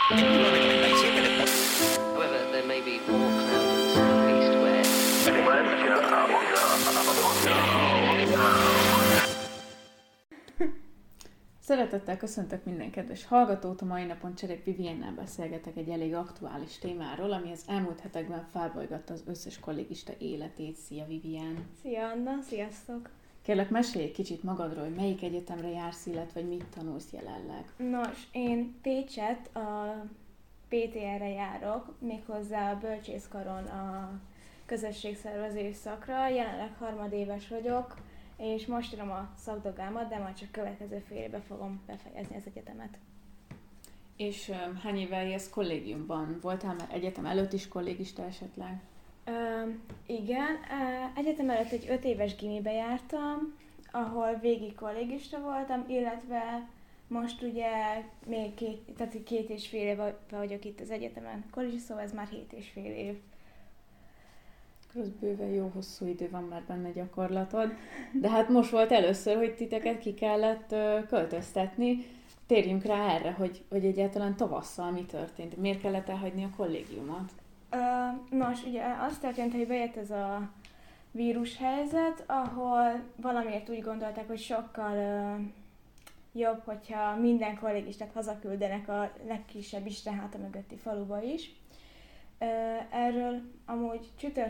However, there may be more cloud in the southeast Szeretettel köszöntök minden kedves hallgatót, a mai napon Cserép Viviennel beszélgetek egy elég aktuális témáról, ami az elmúlt hetekben felbolygatta az összes kollégista életét. Szia Vivien! Szia Anna, sziasztok! Kérlek, mesélj egy kicsit magadról, hogy melyik egyetemre jársz, illetve hogy mit tanulsz jelenleg. Nos, én Pécset a PTR-re járok, méghozzá a bölcsészkaron a közösségszervező szakra. Jelenleg harmadéves vagyok, és most írom a szakdogámat, de majd csak következő fél évben fogom befejezni az egyetemet. És hány éve élsz kollégiumban? Voltál már egyetem előtt is kollégista esetleg? Igen, egyetem előtt egy 5 éves gimibe jártam, ahol végig kollégista voltam, illetve most ugye még két és fél év vagyok itt az egyetemen kollégista, szóval ez már 7,5 év. Az bőven jó hosszú idő van már benne gyakorlatod, de hát most volt először, hogy titeket ki kellett költöztetni. Térjünk rá erre, hogy egyáltalán tavasszal mi történt. Miért kellett elhagyni a kollégiumot? Nos, ugye az történt, hogy bejött ez a vírushelyzet, ahol valamiért úgy gondolták, hogy sokkal jobb, hogyha minden kollégistát hazaküldenek a legkisebb Istenháta mögötti faluba is. Erről amúgy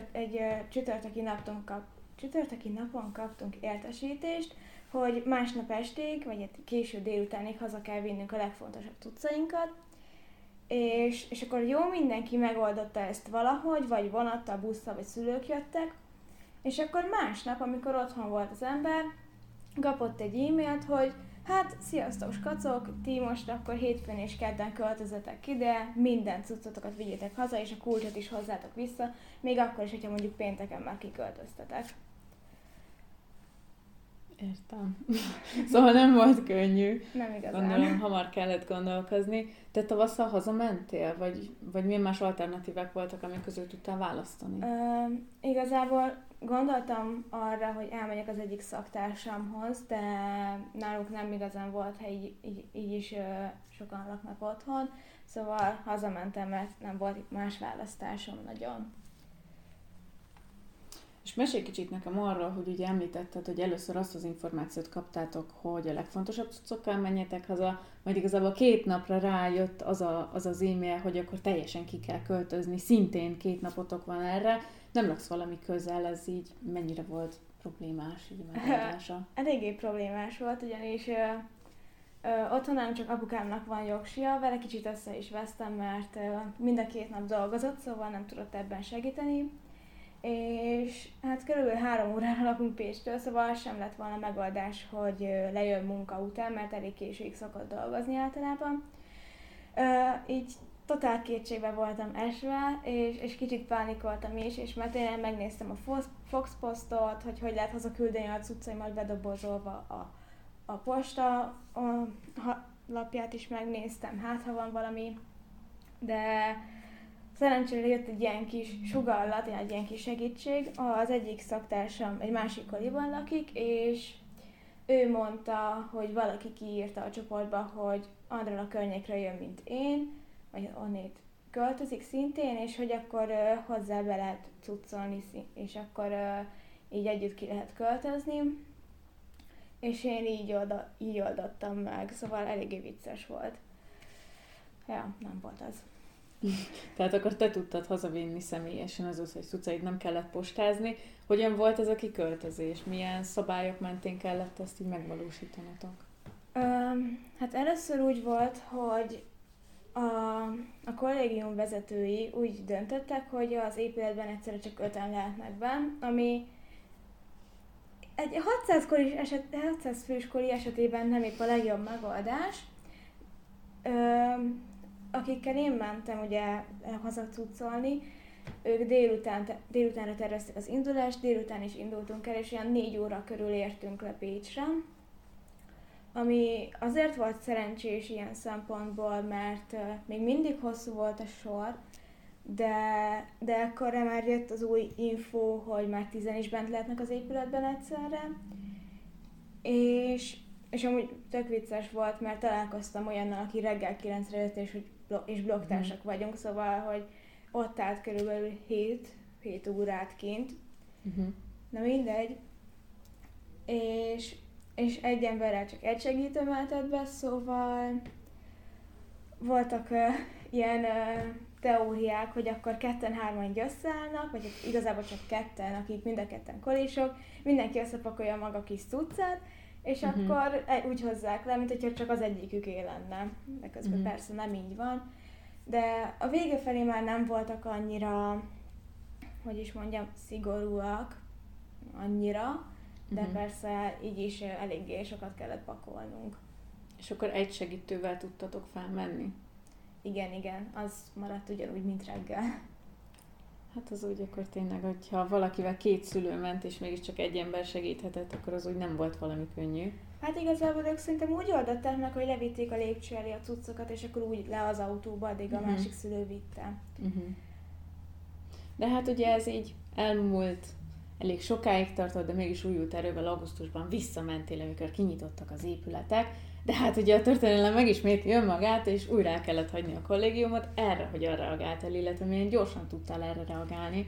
csütörtöki napon kaptunk értesítést, hogy másnap estig, vagy késő délutánig haza kell vinnünk a legfontosabb cuccainkat, és akkor jó, mindenki megoldotta ezt valahogy, vagy vonattal, busszal, vagy szülők jöttek, és akkor másnap, amikor otthon volt az ember, kapott egy e-mailt, hogy hát, sziasztok skacok, ti most akkor hétfőn és kedden költözetek ide, minden cuccotokat vigyétek haza, és a kulcsot is hozzátok vissza, még akkor is, hogyha mondjuk pénteken már kiköltöztetek. Értem. Szóval nem volt könnyű. Nem igazán. Gondolom, hamar kellett gondolkozni. Te tavasszal hazamentél? Vagy milyen más alternatívák voltak, amik közül tudtál választani? Igazából gondoltam arra, hogy elmegyek az egyik szaktársamhoz, de náluk nem igazán volt hely, így is sokan laknak otthon, szóval hazamentem, mert nem volt más választásom nagyon. És mesélj kicsit nekem arról, hogy ugye említetted, hogy először azt az információt kaptátok, hogy a legfontosabb cuccokkal menjetek haza, majd igazából 2 napra rájött az e-mail, hogy akkor teljesen ki kell költözni, szintén 2 napotok van erre, nem laksz valami közel, ez így mennyire volt problémás így a megoldása? Eléggé problémás volt, ugyanis otthon nem csak apukámnak van jogsia, vele kicsit össze is vesztem, mert mind a 2 nap dolgozott, szóval nem tudott ebben segíteni. És hát körülbelül 3 órára lakunk Pécstől, szóval az sem lett volna megoldás, hogy lejön munka után, mert elég későig szokott dolgozni általában. Így totál kétségbe voltam esve, és kicsit pánikoltam is, és mert én megnéztem a Fox Postot, hogy lehet hazaküldeni a cuccaimat bedobozolva a posta lapját is megnéztem, hát ha van valami, de szerencsére jött egy ilyen kis sugallat, egy ilyen kis segítség. Az egyik szaktársam egy másik koliban lakik, és ő mondta, hogy valaki kiírta a csoportba, hogy arra a környékre jön, mint én, vagy onnét költözik szintén, és hogy akkor hozzá be lehet cuccolni, és akkor így együtt ki lehet költözni. És én így oldottam meg, szóval eléggé vicces volt. Ja, nem volt az. Tehát akkor te tudtad hazavinni személyesen az összes cuccaid, nem kellett postázni. Hogyan volt ez a kiköltözés? Milyen szabályok mentén kellett ezt így megvalósítanatok? Hát először úgy volt, hogy a kollégium vezetői úgy döntöttek, hogy az épületben egyszerre csak 5-en lehetnek benn, ami egy 600 fős koli esetében nem épp a legjobb megoldás. Akikkel én mentem ugye hazacuccolni, ők délutánra terveztek az indulást, délután is indultunk el, és olyan 4 óra körül értünk le Pécsre. Ami azért volt szerencsés ilyen szempontból, mert még mindig hosszú volt a sor, de akkor már jött az új info, hogy már 10 is bent lehetnek az épületben egyszerre, és és amúgy tök vicces volt, mert találkoztam olyannal, aki reggel 9-re jött, és blogtársak vagyunk, szóval, hogy ott állt körülbelül 7 órát kint. Na mindegy. És egy emberrel csak egy segítő mehetett be, szóval voltak ilyen teóriák, hogy akkor 2-3 így összeállnak, vagy igazából csak 2, akik mind a 2 kolisok, mindenki összepakolja maga kis cuccát, és akkor úgy hozzák le, mint hogyha csak az egyiküké lenne. De közben persze nem így van. De a vége felé már nem voltak annyira, hogy is mondjam, szigorúak, annyira, de persze így is eléggé sokat kellett pakolnunk. És akkor egy segítővel tudtatok felmenni? Igen, az maradt ugyanúgy, mint reggel. Hát az úgy akkor tényleg, hogyha valakivel 2 szülő ment, és mégiscsak egy ember segíthetett, akkor az úgy nem volt valami könnyű. Hát igazából ők szerintem úgy oldották meg, hogy levitték a lépcső elé a cuccokat, és akkor úgy le az autóba, addig a másik szülő vitte. De hát ugye ez így elmúlt, elég sokáig tartott, de mégis újult erővel augusztusban visszamentél, amikor kinyitottak az épületek. De hát ugye a történelem megismétli önmagát, és újra el kellett hagyni a kollégiumot. Erre hogyan reagáltál, illetve milyen gyorsan tudtál erre reagálni?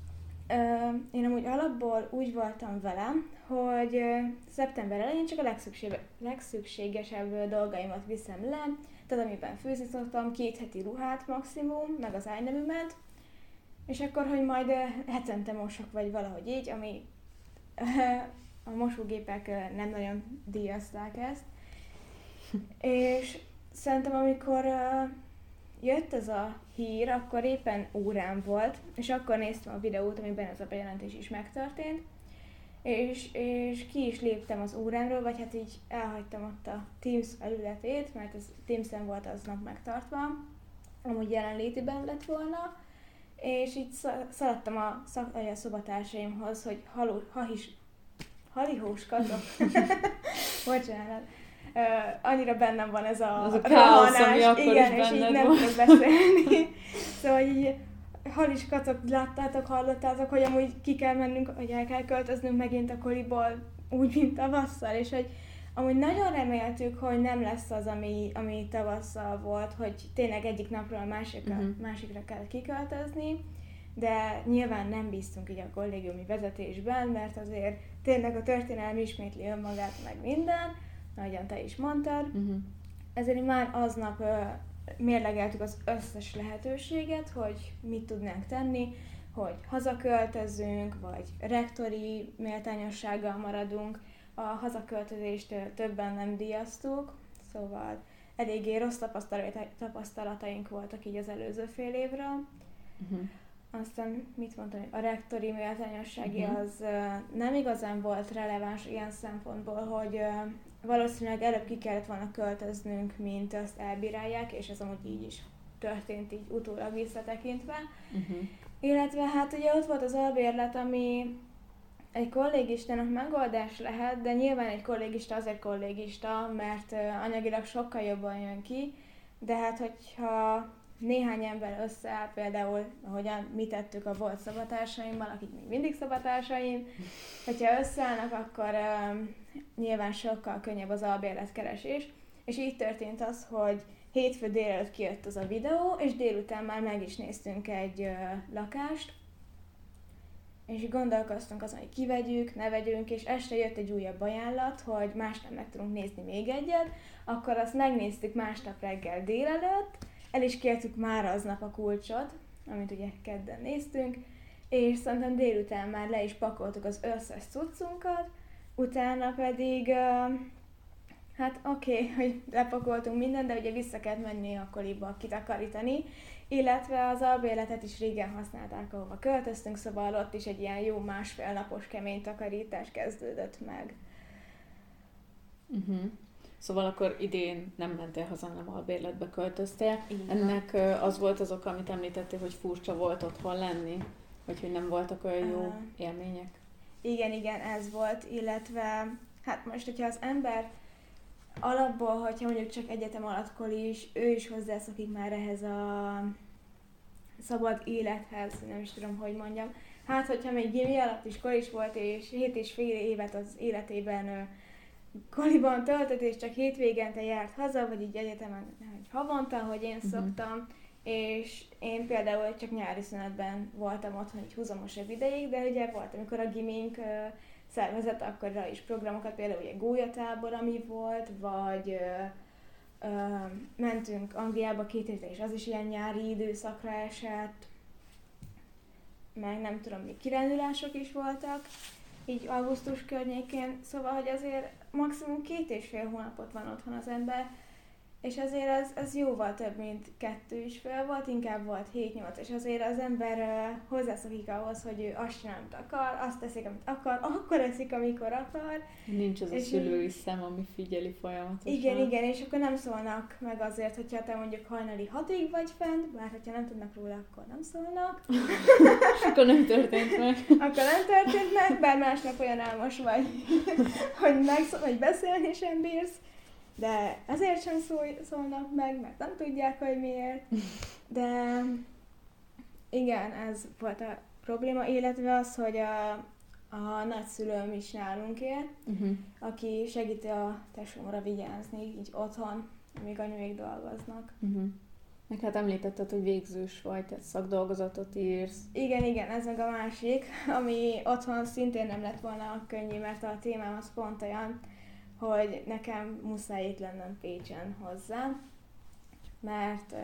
Én amúgy alapból úgy voltam velem, hogy szeptember elején csak a legszükségesebb dolgaimat viszem le, tehát amiben főzni szoktam, 2 heti ruhát maximum, meg az ágyneműmet, és akkor, hogy majd hetente mosok, vagy valahogy így, ami a mosógépek nem nagyon díjazták ezt. És szerintem amikor jött ez a hír, akkor éppen órám volt, és akkor néztem a videót, amiben ez a bejelentés is megtörtént, és ki is léptem az órámról, vagy hát így elhagytam ott a Teams felületét, mert ez Teams-en volt aznap megtartva, amúgy jelenlétiben lett volna, és így szaladtam a szobatársaimhoz, hogy halihós katok. Bocsánat. Annyira bennem van ez a káosz, ami akkor igen, is és így benned nem van. tudok beszélni. Szóval így haliskacok, láttátok, hallottátok, hogy amúgy ki kell mennünk, hogy el kell költöznünk megint a koliból, úgy, mint tavasszal, és hogy amúgy nagyon reméltük, hogy nem lesz az, ami tavasszal volt, hogy tényleg egyik napról a másikra kell kiköltözni, de nyilván nem bíztunk így a kollégiumi vezetésben, mert azért tényleg a történelem ismétli önmagát, meg minden, ahogyan te is mondtad. Ezért már aznap mérlegeltük az összes lehetőséget, hogy mit tudnánk tenni, hogy hazaköltözünk, vagy rektori méltányossággal maradunk. A hazaköltözést többen nem díjaztuk, szóval eléggé rossz tapasztalataink voltak így az előző fél évről. Aztán mit mondtam, a rektori méltányossági az nem igazán volt releváns ilyen szempontból, hogy valószínűleg előbb ki kellett volna költöznünk, mint azt elbírálják, és ez amúgy így is történt, így utólag visszatekintve. Illetve hát ugye ott volt az albérlet, ami egy kollégistának megoldás lehet, de nyilván egy kollégista azért kollégista, mert anyagilag sokkal jobban jön ki, de hát hogyha néhány ember összeáll, például ahogyan mi tettük a volt szobatársaimmal, akik még mindig szobatársaim, hogyha összeállnak, akkor nyilván sokkal könnyebb az albérletkeresés, és így történt az, hogy hétfő délelőtt kijött az a videó, és délután már meg is néztünk egy lakást, és gondolkoztunk azon, hogy kivegyük, ne vegyünk, és este jött egy újabb ajánlat, hogy másnap meg tudunk nézni még egyet, akkor azt megnéztük másnap reggel délelőtt, el is kértük már aznap a kulcsot, amit ugye kedden néztünk, és szerintem délután már le is pakoltuk az összes cuccunkat, utána pedig, hát oké, hogy lepakoltunk mindent, de ugye vissza kellett menni a koliba kitakarítani, illetve az albérletet is régen használták, ahova költöztünk, szóval ott is egy ilyen jó 1,5 napos kemény takarítás kezdődött meg. Szóval akkor idén nem mentél haza, hanem albérletbe költöztél. Igen. Ennek az volt az oka, amit említettél, hogy furcsa volt otthon lenni? Vagy hogy nem voltak olyan jó élmények? Igen, ez volt, illetve hát most, hogyha az ember alapból, hogyha mondjuk csak egyetem alatt kolis, ő is hozzászokik már ehhez a szabad élethez, nem is tudom, hogy mondjam. Hát, hogyha még gimi alatt is kolis volt, és 7,5 évet az életében koliban töltött, és csak hétvégente járt haza, vagy így egyetemen hogy havonta, hogy én szoktam, és én például csak nyári szünetben voltam otthon egy húzamosabb ideig, de ugye volt, amikor a gimink szervezett akkor rá is programokat, például ugye gólyatábor, ami volt, vagy mentünk Angliába 2 hétre, és az is ilyen nyári időszakra esett, meg nem tudom, még kirándulások is voltak, így augusztus környékén, szóval, hogy azért maximum 2,5 hónapot van otthon az ember, és azért ez jóval több, mint 2,5 volt, inkább volt 7-8, és azért az ember hozzászokik ahhoz, hogy ő azt csinál, amit akar, azt teszik, amit akar, akkor eszik, amikor akar. Nincs az a szülői szem, ami figyeli folyamatosan. Igen, és akkor nem szólnak meg azért, hogyha te mondjuk hajnali 6-ig vagy fent, bár hogyha nem tudnak róla, akkor nem szólnak. És akkor nem történt meg. Akkor nem történt meg, bár másnap olyan álmos vagy, hogy beszélni sem bírsz. De ezért sem szólnak meg, mert nem tudják, hogy miért. De igen, ez volt a probléma, illetve az, hogy a nagyszülőm is nálunk él, aki segíti a tesómra vigyázni, így otthon, amíg anyuék dolgoznak. Meg hát említetted, hogy végzős vagy, tehát szakdolgozatot írsz. Igen, ez meg a másik, ami otthon szintén nem lett volna könnyű, mert a témám az pont olyan, hogy nekem muszáj itt lennem Pécsen hozzá, mert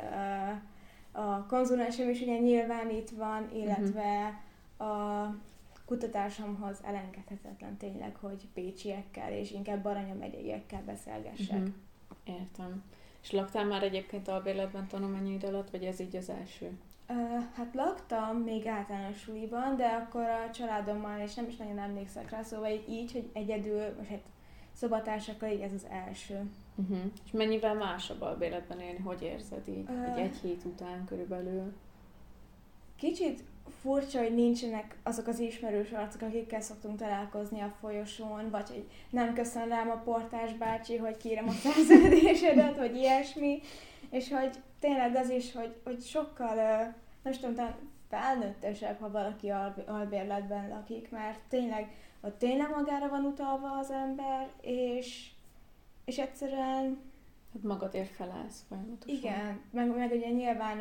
a konzulensom is ugye nyilván itt van, illetve a kutatásomhoz elengedhetetlen tényleg, hogy pécsiekkel és inkább Baranya megyeiekkel beszélgessek. Értem. És laktál már egyébként albérletben tanulmányaid alatt, vagy ez így az első? Hát laktam még általános suliban, de akkor a családommal, és nem is nagyon emlékszek rá, szóval így hogy egyedül, most hát szobatársakkal, így ez az első. És mennyivel másabb albérletben élni? Hogy érzed így egy hét után körülbelül? Kicsit furcsa, hogy nincsenek azok az ismerős arcok, akikkel szoktunk találkozni a folyosón, vagy hogy nem köszön rám a portás bácsi, hogy kérem a szerződésedet, vagy ilyesmi. És hogy tényleg az is, hogy sokkal, nem tudom, talán felnőttesebb, ha valaki albérletben lakik, mert tényleg ott tényleg magára van utalva az ember, és egyszerűen... Hát magadért felállsz folyamatosan. Igen, meg ugye nyilván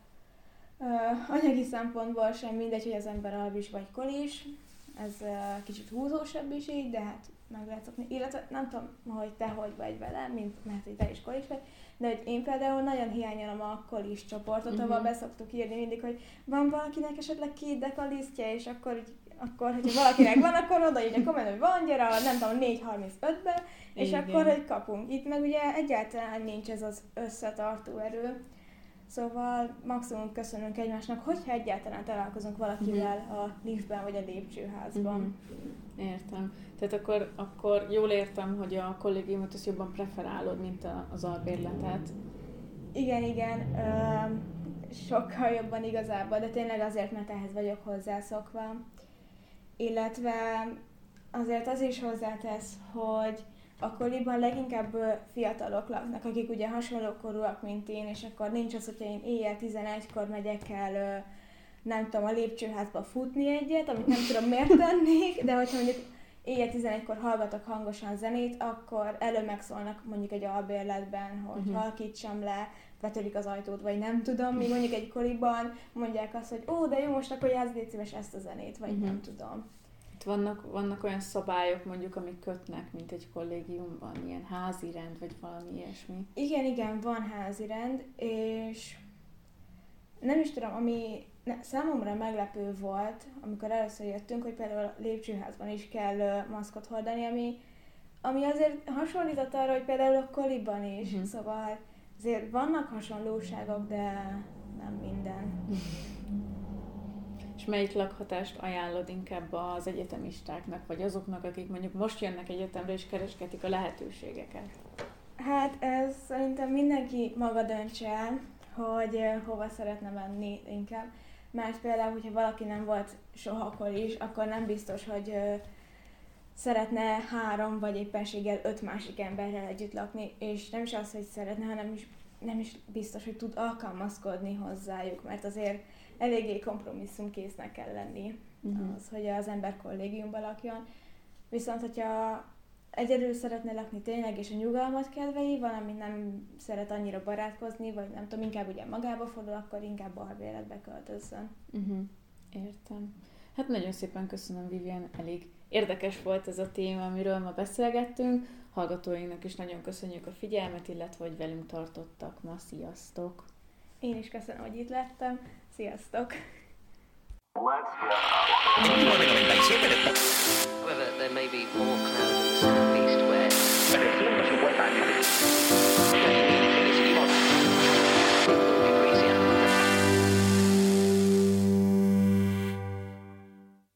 anyagi szempontból sem mindegy, hogy az ember albis vagy kolis, ez kicsit húzósabb is így, de hát meg lehet szokni. Illetve nem tudom, hogy te hogy vagy vele, mert hogy te is kolis vagy, de hogy én például nagyon hiányolom a kolis csoportot, ahol beszoktuk írni mindig, hogy van valakinek esetleg 2 deka lisztje, és akkor hogyha valakinek van, akkor odaírja komment, hogy van, gyere a, nem tudom, 4:35-ben, és igen. Akkor, hogy kapunk. Itt meg ugye egyáltalán nincs ez az összetartó erő, szóval maximum köszönünk egymásnak, hogyha egyáltalán találkozunk valakivel a liftben vagy a lépcsőházban. Értem. Tehát akkor jól értem, hogy a kollégiumot azt jobban preferálod, mint az albérletet. Igen. Sokkal jobban igazából, de tényleg azért, mert ehhez vagyok hozzászokva. Illetve azért az is hozzátesz, hogy a koliban leginkább fiatalok laknak, akik ugye hasonló korúak, mint én, és akkor nincs az, hogyha én éjjel 11-kor megyek el, nem tudom, a lépcsőházba futni egyet, amit nem tudom miért tennék, de hogyha mondjuk éjjel 11-kor hallgatok hangosan zenét, akkor elő megszólnak mondjuk egy albérletben, hogy halkítsam le, betörik az ajtót, vagy nem tudom, mi mondjuk egy koliban mondják azt, hogy ó, de jó, most akkor játsz, légy szíves ezt a zenét, vagy nem tudom. Itt vannak olyan szabályok mondjuk, amik kötnek, mint egy kollégiumban, ilyen házi rend, vagy valami ilyesmi. Igen, van házi rend, és nem is tudom, ami számomra meglepő volt, amikor először jöttünk, hogy például a lépcsőházban is kell maszkot hordani, ami azért hasonlított arra, hogy például a koliban is, szóval azért vannak hasonlóságok, de nem minden. És melyik lakhatást ajánlod inkább az egyetemistáknak, vagy azoknak, akik mondjuk most jönnek egyetemre és keresgetik a lehetőségeket? Hát ez szerintem mindenki maga döntse el, hogy hova szeretne menni inkább. Mert például, hogyha valaki nem volt soha kolis, akkor nem biztos, hogy szeretne 3 vagy éppenséggel 5 másik emberrel együtt lakni, és nem is az, hogy szeretne, hanem nem is biztos, hogy tud alkalmazkodni hozzájuk, mert azért eléggé kompromisszumkésznek kell lenni az, hogy az ember kollégiumban lakjon. Viszont, hogyha egyedül szeretne lakni tényleg, és a nyugalmat kedveli, van, ami nem szeret annyira barátkozni, vagy nem tudom, inkább ugye magába fordul, akkor inkább albérletbe költözzön. Értem. Hát nagyon szépen köszönöm, Vivian, elég érdekes volt ez a téma, amiről ma beszélgettünk. Hallgatóinknak is nagyon köszönjük a figyelmet, illetve hogy velünk tartottak ma. Sziasztok! Én is köszönöm, hogy itt lettem. Sziasztok! However, there may be more clouds